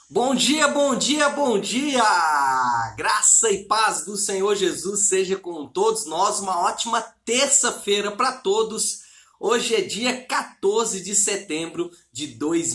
Bom dia, bom dia, bom dia! Graça e paz do Senhor Jesus seja com todos nós. Uma ótima terça-feira para todos. Hoje é dia 14 de setembro de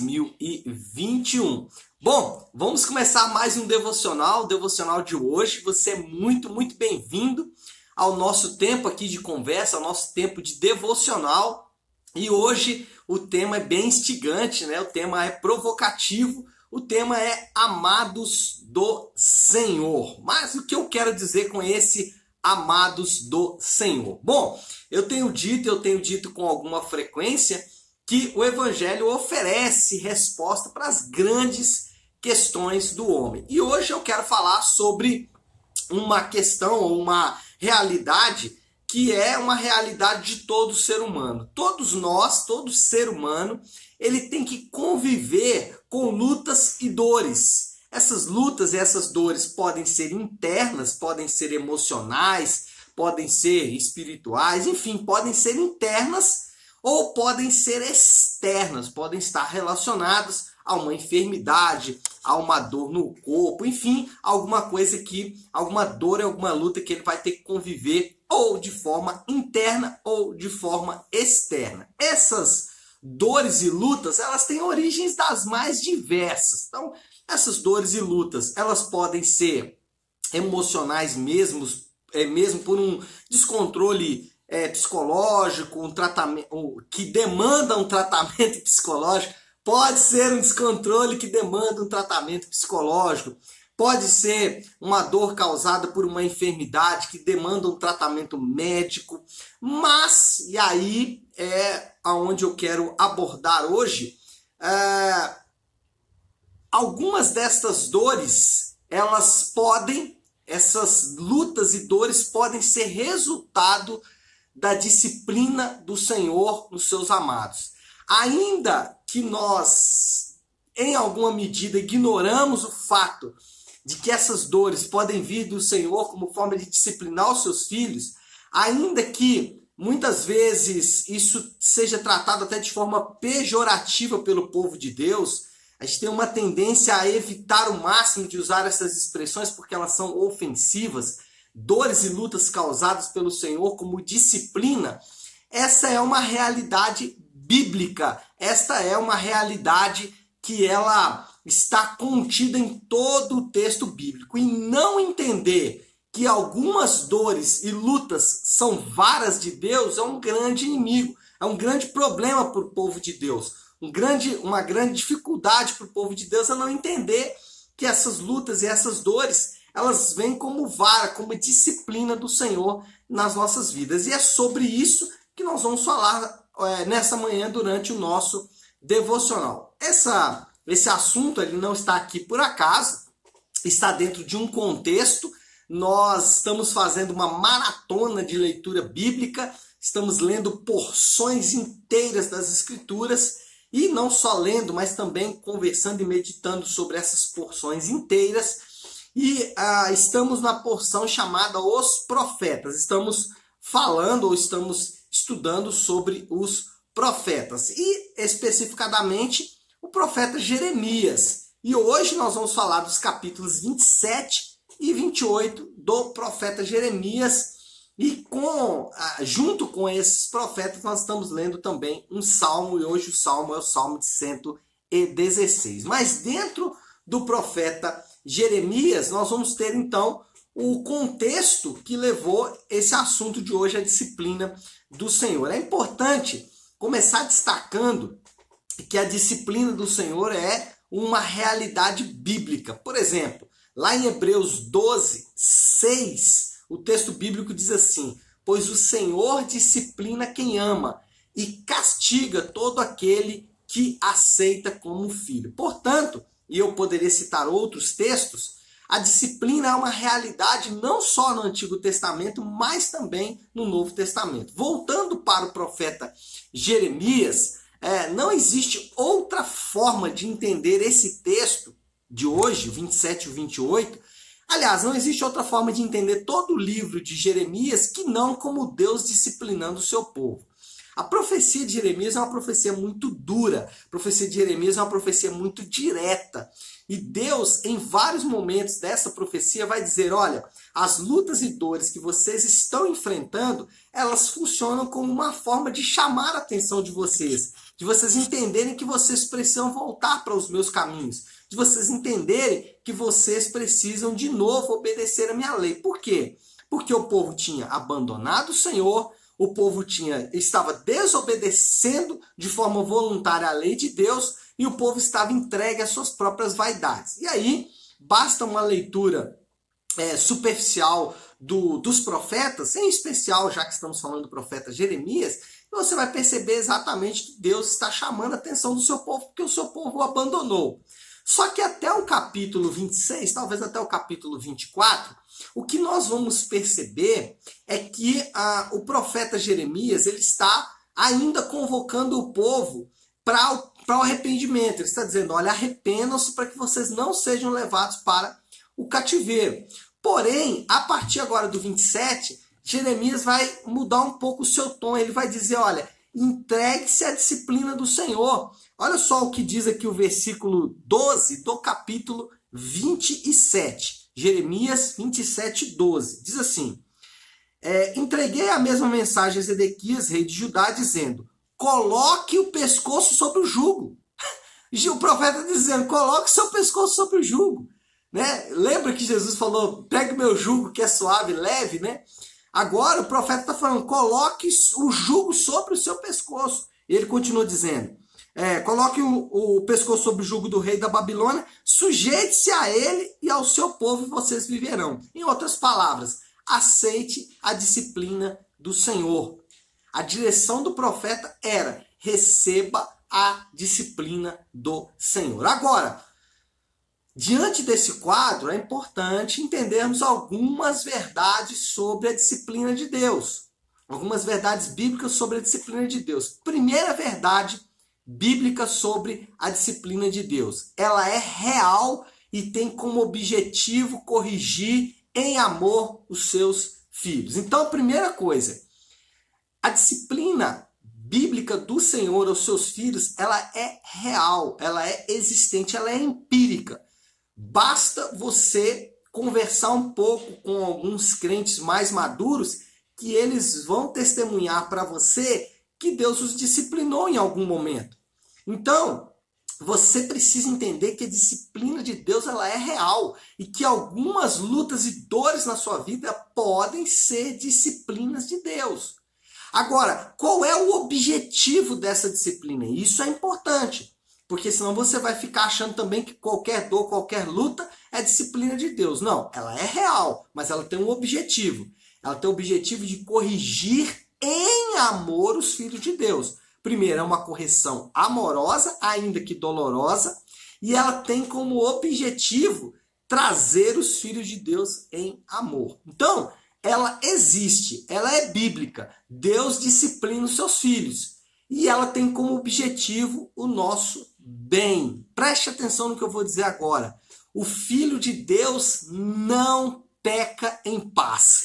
2021. Bom, vamos começar mais um devocional, o devocional de hoje. Você é muito bem-vindo ao nosso tempo aqui de conversa, ao nosso tempo de devocional. E hoje o tema é bem instigante, né? O tema é provocativo. O tema é Amados do Senhor. Mas o que eu quero dizer com esse Amados do Senhor? Bom, eu tenho dito com alguma frequência que o Evangelho oferece resposta para as grandes questões do homem. E hoje eu quero falar sobre uma questão ou uma realidade que é uma realidade de todo ser humano. Todos nós, todo ser humano, ele tem que conviver com lutas e dores. Essas lutas e essas dores podem ser internas, podem ser emocionais, podem ser espirituais, enfim, podem ser internas ou podem ser externas, podem estar relacionadas a uma enfermidade, a uma dor no corpo, enfim, alguma dor e alguma luta que ele vai ter que conviver ou de forma interna ou de forma externa. Essas dores e lutas, elas têm origens das mais diversas. Então, essas dores e lutas, elas podem ser emocionais mesmo por um descontrole psicológico, um tratamento que demanda um tratamento psicológico. Pode ser um descontrole que demanda um tratamento psicológico. Pode ser uma dor causada por uma enfermidade que demanda um tratamento médico. Mas, e aí é aonde eu quero abordar hoje, algumas destas dores, essas lutas e dores podem ser resultado da disciplina do Senhor nos seus amados. Ainda que nós, em alguma medida, ignoramos o fato de que essas dores podem vir do Senhor como forma de disciplinar os seus filhos, ainda que muitas vezes isso seja tratado até de forma pejorativa pelo povo de Deus, a gente tem uma tendência a evitar o máximo de usar essas expressões porque elas são ofensivas. Dores e lutas causadas pelo Senhor como disciplina, essa é uma realidade bíblica, esta é uma realidade que ela está contida em todo o texto bíblico. E não entender que algumas dores e lutas são varas de Deus é um grande inimigo, é um grande problema para o povo de Deus. Uma grande dificuldade para o povo de Deus é não entender que essas lutas e essas dores, elas vêm como vara, como disciplina do Senhor nas nossas vidas. E é sobre isso que nós vamos falar nessa manhã durante o nosso devocional. Esse assunto ele não está aqui por acaso, está dentro de um contexto. Nós estamos fazendo uma maratona de leitura bíblica, estamos lendo porções inteiras das Escrituras e não só lendo, mas também conversando e meditando sobre essas porções inteiras. E estamos na porção chamada Os Profetas. Estamos falando ou estamos estudando sobre os profetas e especificadamente o profeta Jeremias. E hoje nós vamos falar dos capítulos 27 e 28 do profeta Jeremias. E junto com esses profetas nós estamos lendo também um salmo, e hoje o salmo é o Salmo de 116. Mas dentro do profeta Jeremias nós vamos ter então o contexto que levou esse assunto de hoje, a disciplina do Senhor. É importante começar destacando que a disciplina do Senhor é uma realidade bíblica. Por exemplo, lá em Hebreus 12, 6, o texto bíblico diz assim: pois o Senhor disciplina quem ama e castiga todo aquele que aceita como filho. Portanto, e eu poderia citar outros textos, a disciplina é uma realidade não só no Antigo Testamento, mas também no Novo Testamento. Voltando para o profeta Jeremias, não existe outra forma de entender esse texto de hoje, 27 e 28. Aliás, não existe outra forma de entender todo o livro de Jeremias que não como Deus disciplinando o seu povo. A profecia de Jeremias é uma profecia muito dura. A profecia de Jeremias é uma profecia muito direta. E Deus, em vários momentos dessa profecia, vai dizer, olha, as lutas e dores que vocês estão enfrentando, elas funcionam como uma forma de chamar a atenção de vocês entenderem que vocês precisam voltar para os meus caminhos, de vocês entenderem que vocês precisam de novo obedecer a minha lei. Por quê? Porque o povo tinha abandonado o Senhor, o povo estava desobedecendo de forma voluntária a lei de Deus e o povo estava entregue às suas próprias vaidades. E aí, basta uma leitura superficial dos profetas, em especial, já que estamos falando do profeta Jeremias, você vai perceber exatamente que Deus está chamando a atenção do seu povo, porque o seu povo o abandonou. Só que até o capítulo 26, talvez até o capítulo 24, o que nós vamos perceber é que o profeta Jeremias ele está ainda convocando o povo para o arrependimento. Ele está dizendo, olha, arrependam-se para que vocês não sejam levados para o cativeiro. Porém, a partir agora do 27, Jeremias vai mudar um pouco o seu tom. Ele vai dizer, olha, entregue-se à disciplina do Senhor. Olha só o que diz aqui o versículo 12 do capítulo 27. Jeremias 27, 12. Diz assim, entreguei a mesma mensagem a Zedequias, rei de Judá, dizendo, coloque o pescoço sobre o jugo. O profeta dizendo, coloque seu pescoço sobre o jugo. Né? Lembra que Jesus falou, pegue meu jugo que é suave e leve, né? Agora o profeta está falando, coloque o jugo sobre o seu pescoço. E ele continua dizendo, coloque o pescoço sobre o jugo do rei da Babilônia, sujeite-se a ele e ao seu povo e vocês viverão. Em outras palavras, aceite a disciplina do Senhor. A direção do profeta era, receba a disciplina do Senhor. Agora, diante desse quadro, é importante entendermos algumas verdades sobre a disciplina de Deus. Algumas verdades bíblicas sobre a disciplina de Deus. Primeira verdade bíblica sobre a disciplina de Deus. Ela é real e tem como objetivo corrigir em amor os seus filhos. Então, a primeira coisa, a disciplina bíblica do Senhor aos seus filhos, ela é real, ela é existente, ela é empírica. Basta você conversar um pouco com alguns crentes mais maduros que eles vão testemunhar para você que Deus os disciplinou em algum momento. Então, você precisa entender que a disciplina de Deus ela é real e que algumas lutas e dores na sua vida podem ser disciplinas de Deus. Agora, qual é o objetivo dessa disciplina? Isso é importante. Porque senão você vai ficar achando também que qualquer dor, qualquer luta é disciplina de Deus. Não, ela é real, mas ela tem um objetivo. Ela tem o objetivo de corrigir em amor os filhos de Deus. Primeiro, é uma correção amorosa, ainda que dolorosa, e ela tem como objetivo trazer os filhos de Deus em amor. Então, ela existe, ela é bíblica. Deus disciplina os seus filhos. E ela tem como objetivo o nosso bem. Preste atenção no que eu vou dizer agora. O Filho de Deus não peca em paz.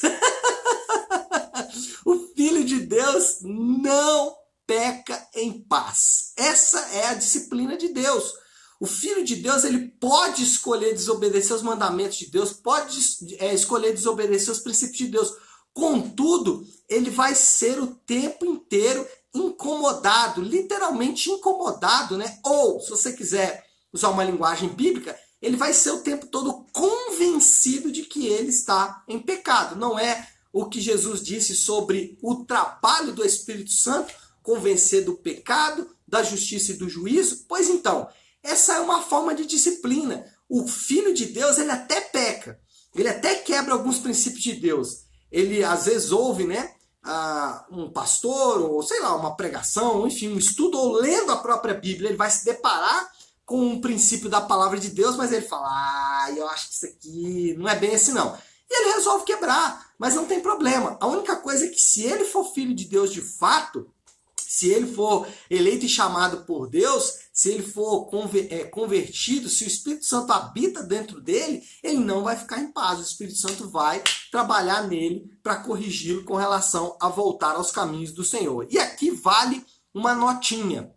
O Filho de Deus não peca em paz. Essa é a disciplina de Deus. O Filho de Deus ele pode escolher desobedecer os mandamentos de Deus, pode escolher desobedecer os princípios de Deus. Contudo, ele vai ser o tempo inteiro incomodado, literalmente incomodado, né? Ou, se você quiser usar uma linguagem bíblica, ele vai ser o tempo todo convencido de que ele está em pecado. Não é o que Jesus disse sobre o trabalho do Espírito Santo, convencer do pecado, da justiça e do juízo? Pois então, essa é uma forma de disciplina. O Filho de Deus, ele até peca, ele até quebra alguns princípios de Deus. Ele, às vezes, ouve, né? Um pastor, ou sei lá, uma pregação, enfim, um estudo, ou lendo a própria Bíblia, ele vai se deparar com um princípio da palavra de Deus, mas ele fala, eu acho que isso aqui não é bem assim não. E ele resolve quebrar, mas não tem problema. A única coisa é que se ele for filho de Deus de fato, se ele for eleito e chamado por Deus, se ele for convertido, se o Espírito Santo habita dentro dele, ele não vai ficar em paz. O Espírito Santo vai trabalhar nele para corrigi-lo com relação a voltar aos caminhos do Senhor. E aqui vale uma notinha.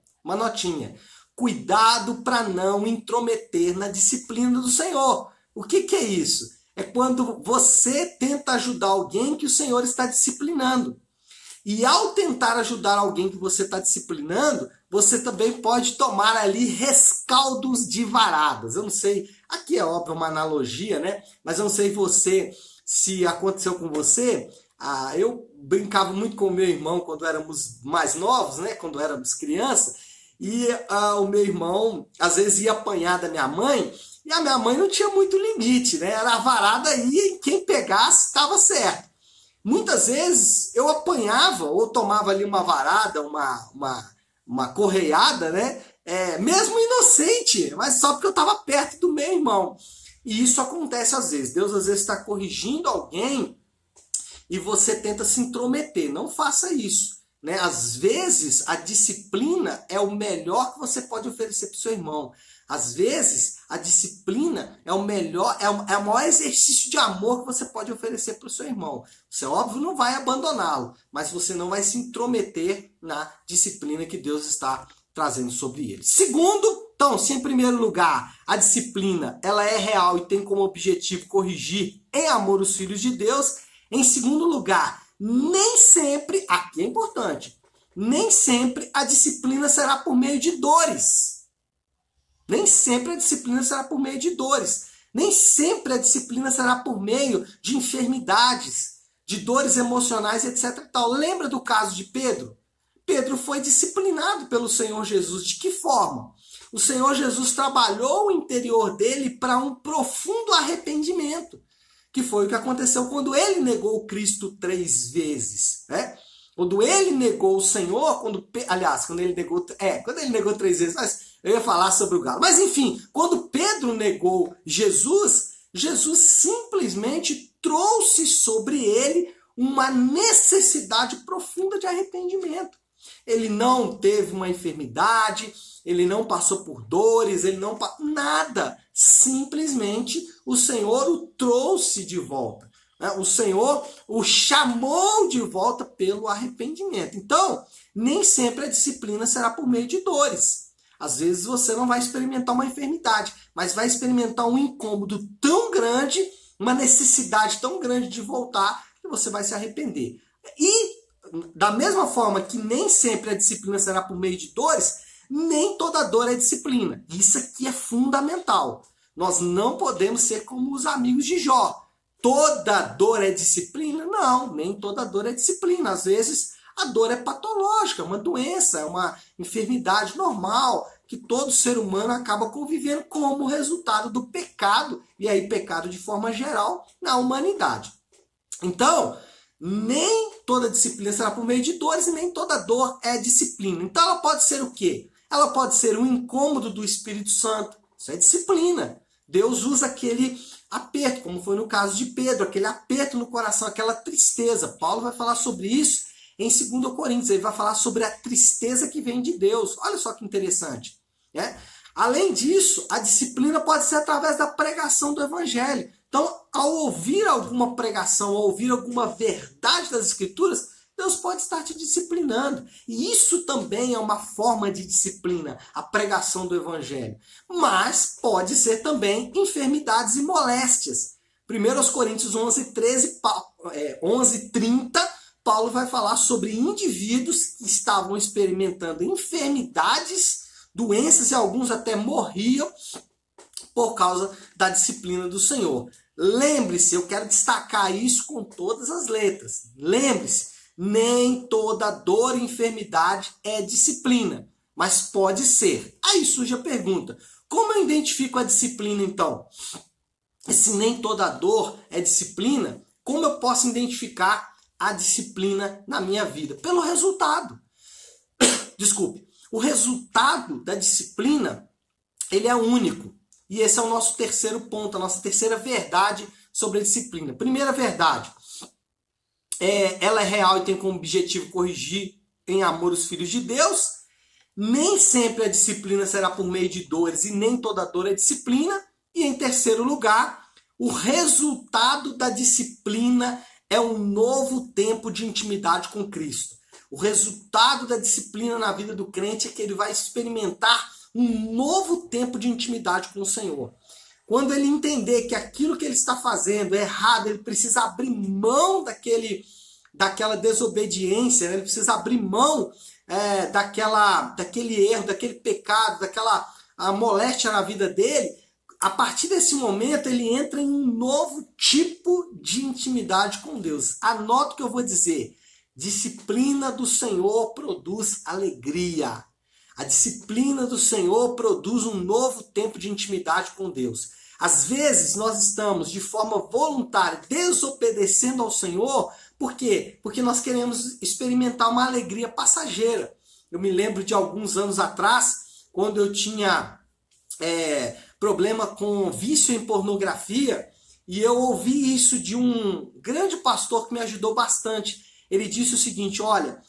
Cuidado para não intrometer na disciplina do Senhor. O que é isso? É quando você tenta ajudar alguém que o Senhor está disciplinando. E ao tentar ajudar alguém que você está disciplinando, você também pode tomar ali rescaldos de varadas. Eu não sei, aqui é óbvio uma analogia, né? Mas eu não sei se aconteceu com você. Eu brincava muito com o meu irmão quando éramos mais novos, né? Quando éramos crianças. E o meu irmão, às vezes, ia apanhar da minha mãe. E a minha mãe não tinha muito limite, né? Era a varada ia e quem pegasse estava certo. Muitas vezes eu apanhava ou tomava ali uma varada, uma correiada, né? Mesmo inocente, mas só porque eu estava perto do meu irmão. E isso acontece às vezes. Deus às vezes está corrigindo alguém e você tenta se intrometer. Não faça isso. Né? Às vezes a disciplina é o melhor que você pode oferecer para o seu irmão. Às vezes a disciplina é o maior exercício de amor que você pode oferecer para o seu irmão. Você, óbvio, não vai abandoná-lo, mas você não vai se intrometer na disciplina que Deus está trazendo sobre ele. Segundo, então, se em primeiro lugar a disciplina ela é real e tem como objetivo corrigir em amor os filhos de Deus, em segundo lugar, nem sempre, aqui é importante, nem sempre a disciplina será por meio de dores. Nem sempre a disciplina será por meio de dores. Nem sempre a disciplina será por meio de enfermidades, de dores emocionais, etc. Lembra do caso de Pedro? Pedro foi disciplinado pelo Senhor Jesus. De que forma? O Senhor Jesus trabalhou o interior dele para um profundo arrependimento, que foi o que aconteceu quando ele negou o Cristo 3 vezes, né? Quando ele negou o Senhor, quando ele negou 3 vezes, mas eu ia falar sobre o galo. Mas enfim, quando Pedro negou Jesus, Jesus simplesmente trouxe sobre ele uma necessidade profunda de arrependimento. Ele não teve uma enfermidade, ele não passou por dores, nada. Simplesmente o Senhor o trouxe de volta. O Senhor o chamou de volta pelo arrependimento. Então, nem sempre a disciplina será por meio de dores. Às vezes você não vai experimentar uma enfermidade, mas vai experimentar um incômodo tão grande, uma necessidade tão grande de voltar, que você vai se arrepender. E, da mesma forma que nem sempre a disciplina será por meio de dores, nem toda dor é disciplina. Isso aqui é fundamental. Nós não podemos ser como os amigos de Jó. Toda dor é disciplina? Não, nem toda dor é disciplina. Às vezes a dor é patológica, uma doença, é uma enfermidade normal que todo ser humano acaba convivendo como resultado do pecado, e aí pecado de forma geral na humanidade. Então, nem toda disciplina será por meio de dores e nem toda dor é disciplina. Então ela pode ser o quê? Ela pode ser um incômodo do Espírito Santo. Isso é disciplina. Deus usa aquele aperto, como foi no caso de Pedro, aquele aperto no coração, aquela tristeza. Paulo vai falar sobre isso em 2 Coríntios. Ele vai falar sobre a tristeza que vem de Deus. Olha só que interessante. Né? Além disso, a disciplina pode ser através da pregação do Evangelho. Então, ao ouvir alguma pregação, ao ouvir alguma verdade das Escrituras, Deus pode estar te disciplinando. E isso também é uma forma de disciplina, a pregação do Evangelho. Mas pode ser também enfermidades e moléstias. 1 Coríntios 11:30, Paulo vai falar sobre indivíduos que estavam experimentando enfermidades, doenças, e alguns até morriam por causa da disciplina do Senhor. Lembre-se, eu quero destacar isso com todas as letras. Lembre-se, nem toda dor e enfermidade é disciplina, mas pode ser. Aí surge a pergunta, como eu identifico a disciplina então? E se nem toda dor é disciplina, como eu posso identificar a disciplina na minha vida? Pelo resultado. Desculpe. O resultado da disciplina, ele é único. E esse é o nosso terceiro ponto, a nossa terceira verdade sobre a disciplina. Primeira verdade, ela é real e tem como objetivo corrigir em amor os filhos de Deus. Nem sempre a disciplina será por meio de dores e nem toda dor é disciplina. E em terceiro lugar, o resultado da disciplina é um novo tempo de intimidade com Cristo. O resultado da disciplina na vida do crente é que ele vai experimentar um novo tempo de intimidade com o Senhor. Quando ele entender que aquilo que ele está fazendo é errado, ele precisa abrir mão daquela desobediência, ele precisa abrir mão daquele erro, daquele pecado, daquela moléstia na vida dele. A partir desse momento, ele entra em um novo tipo de intimidade com Deus. Anota o que eu vou dizer. Disciplina do Senhor produz alegria. A disciplina do Senhor produz um novo tempo de intimidade com Deus. Às vezes, nós estamos, de forma voluntária, desobedecendo ao Senhor. Por quê? Porque nós queremos experimentar uma alegria passageira. Eu me lembro de alguns anos atrás, quando eu tinha problema com vício em pornografia, e eu ouvi isso de um grande pastor que me ajudou bastante. Ele disse o seguinte: olha,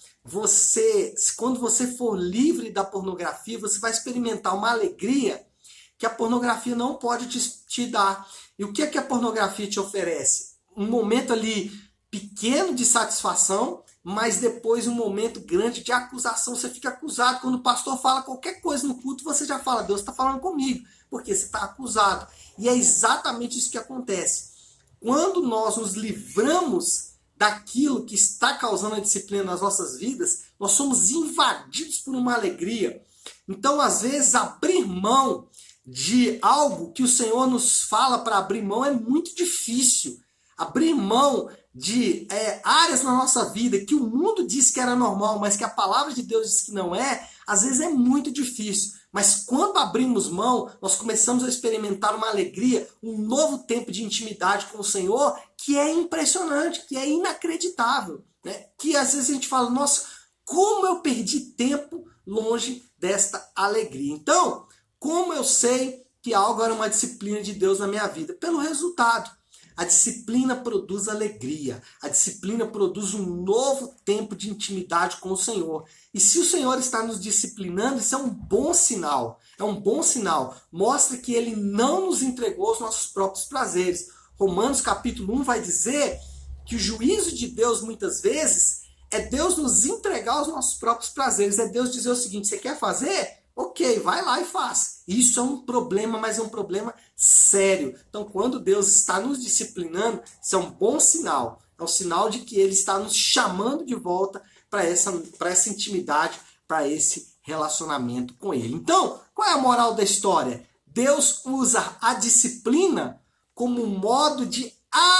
quando você for livre da pornografia, você vai experimentar uma alegria que a pornografia não pode te dar. E o que é que a pornografia te oferece? Um momento ali pequeno de satisfação, mas depois um momento grande de acusação. Você fica acusado. Quando o pastor fala qualquer coisa no culto, você já fala: Deus está falando comigo, porque você está acusado. E é exatamente isso que acontece. Quando nós nos livramos daquilo que está causando a disciplina nas nossas vidas, nós somos invadidos por uma alegria. Então, às vezes, abrir mão de algo que o Senhor nos fala para abrir mão é muito difícil. Abrir mão de áreas na nossa vida que o mundo diz que era normal, mas que a palavra de Deus diz que não é, às vezes é muito difícil. Mas quando abrimos mão, nós começamos a experimentar uma alegria, um novo tempo de intimidade com o Senhor, que é impressionante, que é inacreditável, né? Que às vezes a gente fala: nossa, como eu perdi tempo longe desta alegria. Então, como eu sei que algo era uma disciplina de Deus na minha vida? Pelo resultado. A disciplina produz alegria. A disciplina produz um novo tempo de intimidade com o Senhor. E se o Senhor está nos disciplinando, isso é um bom sinal. É um bom sinal. Mostra que Ele não nos entregou os nossos próprios prazeres. Romanos capítulo 1 vai dizer que o juízo de Deus, muitas vezes, é Deus nos entregar os nossos próprios prazeres. É Deus dizer o seguinte: você quer fazer? Ok, vai lá e faz. Isso é um problema, mas é um problema sério. Então, quando Deus está nos disciplinando, isso é um bom sinal. É um sinal de que Ele está nos chamando de volta para essa intimidade, para esse relacionamento com Ele. Então, qual é a moral da história? Deus usa a disciplina como um modo de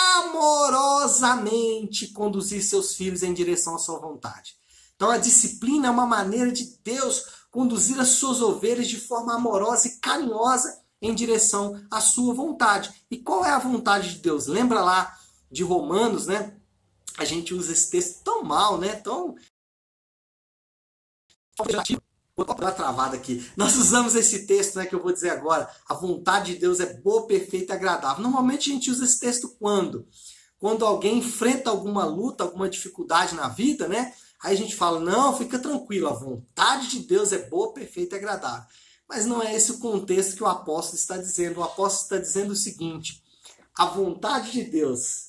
amorosamente conduzir seus filhos em direção à sua vontade. Então, a disciplina é uma maneira de Deus conduzir as suas ovelhas de forma amorosa e carinhosa em direção à sua vontade. E qual é a vontade de Deus? Lembra lá de Romanos, né? A gente usa esse texto tão mal, né? Tão vou dar travada aqui. Nós usamos esse texto, né, que eu vou dizer agora. A vontade de Deus é boa, perfeita e agradável. Normalmente a gente usa esse texto quando? Quando alguém enfrenta alguma luta, alguma dificuldade na vida, né? Aí a gente fala: não, fica tranquilo, a vontade de Deus é boa, perfeita e agradável. Mas não é esse o contexto que o apóstolo está dizendo. O apóstolo está dizendo o seguinte: a vontade de Deus,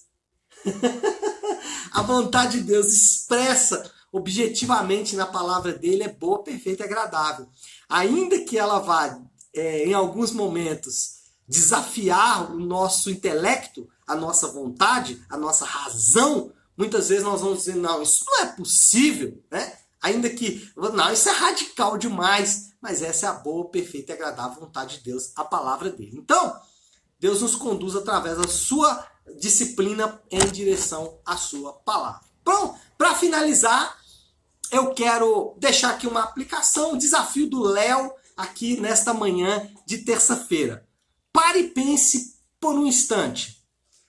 a vontade de Deus expressa objetivamente na palavra dele é boa, perfeita e agradável. Ainda que ela vá, em alguns momentos, desafiar o nosso intelecto, a nossa vontade, a nossa razão, muitas vezes nós vamos dizer: não, isso não é possível, né? Ainda que, não, isso é radical demais. Mas essa é a boa, perfeita e agradável vontade de Deus, a palavra dele. Então, Deus nos conduz através da sua disciplina em direção à sua palavra. Bom, para finalizar, eu quero deixar aqui uma aplicação, um desafio do Léo aqui nesta manhã de terça-feira. Pare e pense por um instante.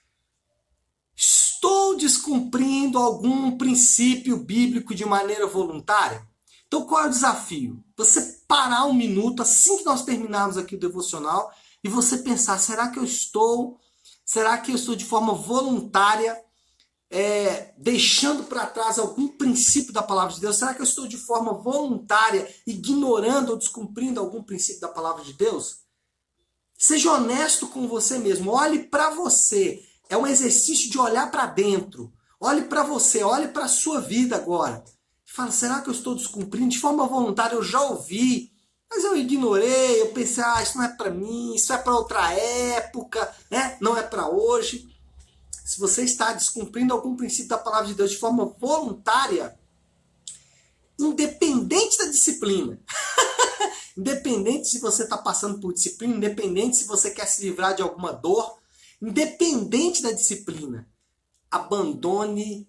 Estou descumprindo algum princípio bíblico de maneira voluntária? Então, qual é o desafio? Você parar um minuto assim que nós terminarmos aqui o devocional e você pensar: será que eu estou de forma voluntária deixando para trás algum princípio da palavra de Deus? Será que eu estou de forma voluntária ignorando ou descumprindo algum princípio da palavra de Deus? Seja honesto com você mesmo. Olhe para você. É um exercício de olhar para dentro. Olhe para você, olhe para a sua vida agora. Fala, será que eu estou descumprindo? De forma voluntária eu já ouvi, mas eu ignorei, eu pensei, isso não é para mim, isso é para outra época, né? Não é para hoje. Se você está descumprindo algum princípio da palavra de Deus de forma voluntária, independente da disciplina, independente se você está passando por disciplina, independente se você quer se livrar de alguma dor, independente da disciplina, abandone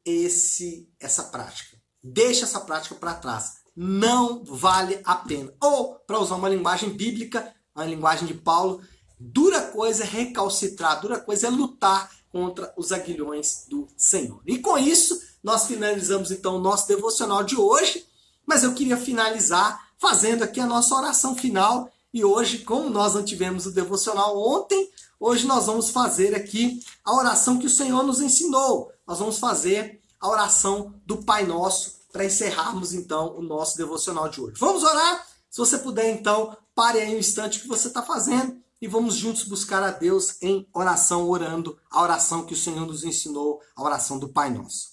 essa prática. Deixe essa prática para trás. Não vale a pena. Ou, para usar uma linguagem bíblica, a linguagem de Paulo, dura coisa é recalcitrar, dura coisa é lutar contra os aguilhões do Senhor. E com isso, nós finalizamos então o nosso devocional de hoje, mas eu queria finalizar fazendo aqui a nossa oração final. E hoje, como nós não tivemos o devocional ontem, hoje nós vamos fazer aqui a oração que o Senhor nos ensinou. Nós vamos fazer a oração do Pai Nosso para encerrarmos então o nosso devocional de hoje. Vamos orar? Se você puder então, pare aí um instante o que você está fazendo e vamos juntos buscar a Deus em oração, orando a oração que o Senhor nos ensinou, a oração do Pai Nosso.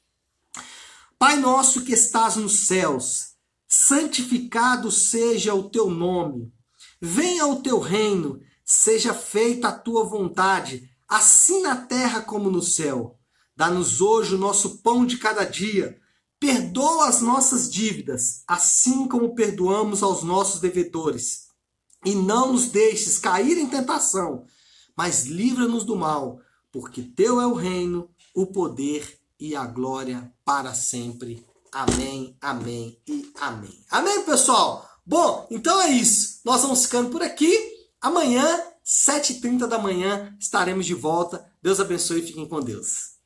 Pai nosso que estás nos céus, santificado seja o teu nome. Venha o teu reino, seja feita a tua vontade, assim na terra como no céu. Dá-nos hoje o nosso pão de cada dia. Perdoa as nossas dívidas, assim como perdoamos aos nossos devedores. E não nos deixes cair em tentação, mas livra-nos do mal, porque teu é o reino, o poder e a glória para sempre. Amém, amém e amém. Amém, pessoal? Bom, então é isso. Nós vamos ficando por aqui. Amanhã, 7h30 da manhã, estaremos de volta. Deus abençoe e fiquem com Deus.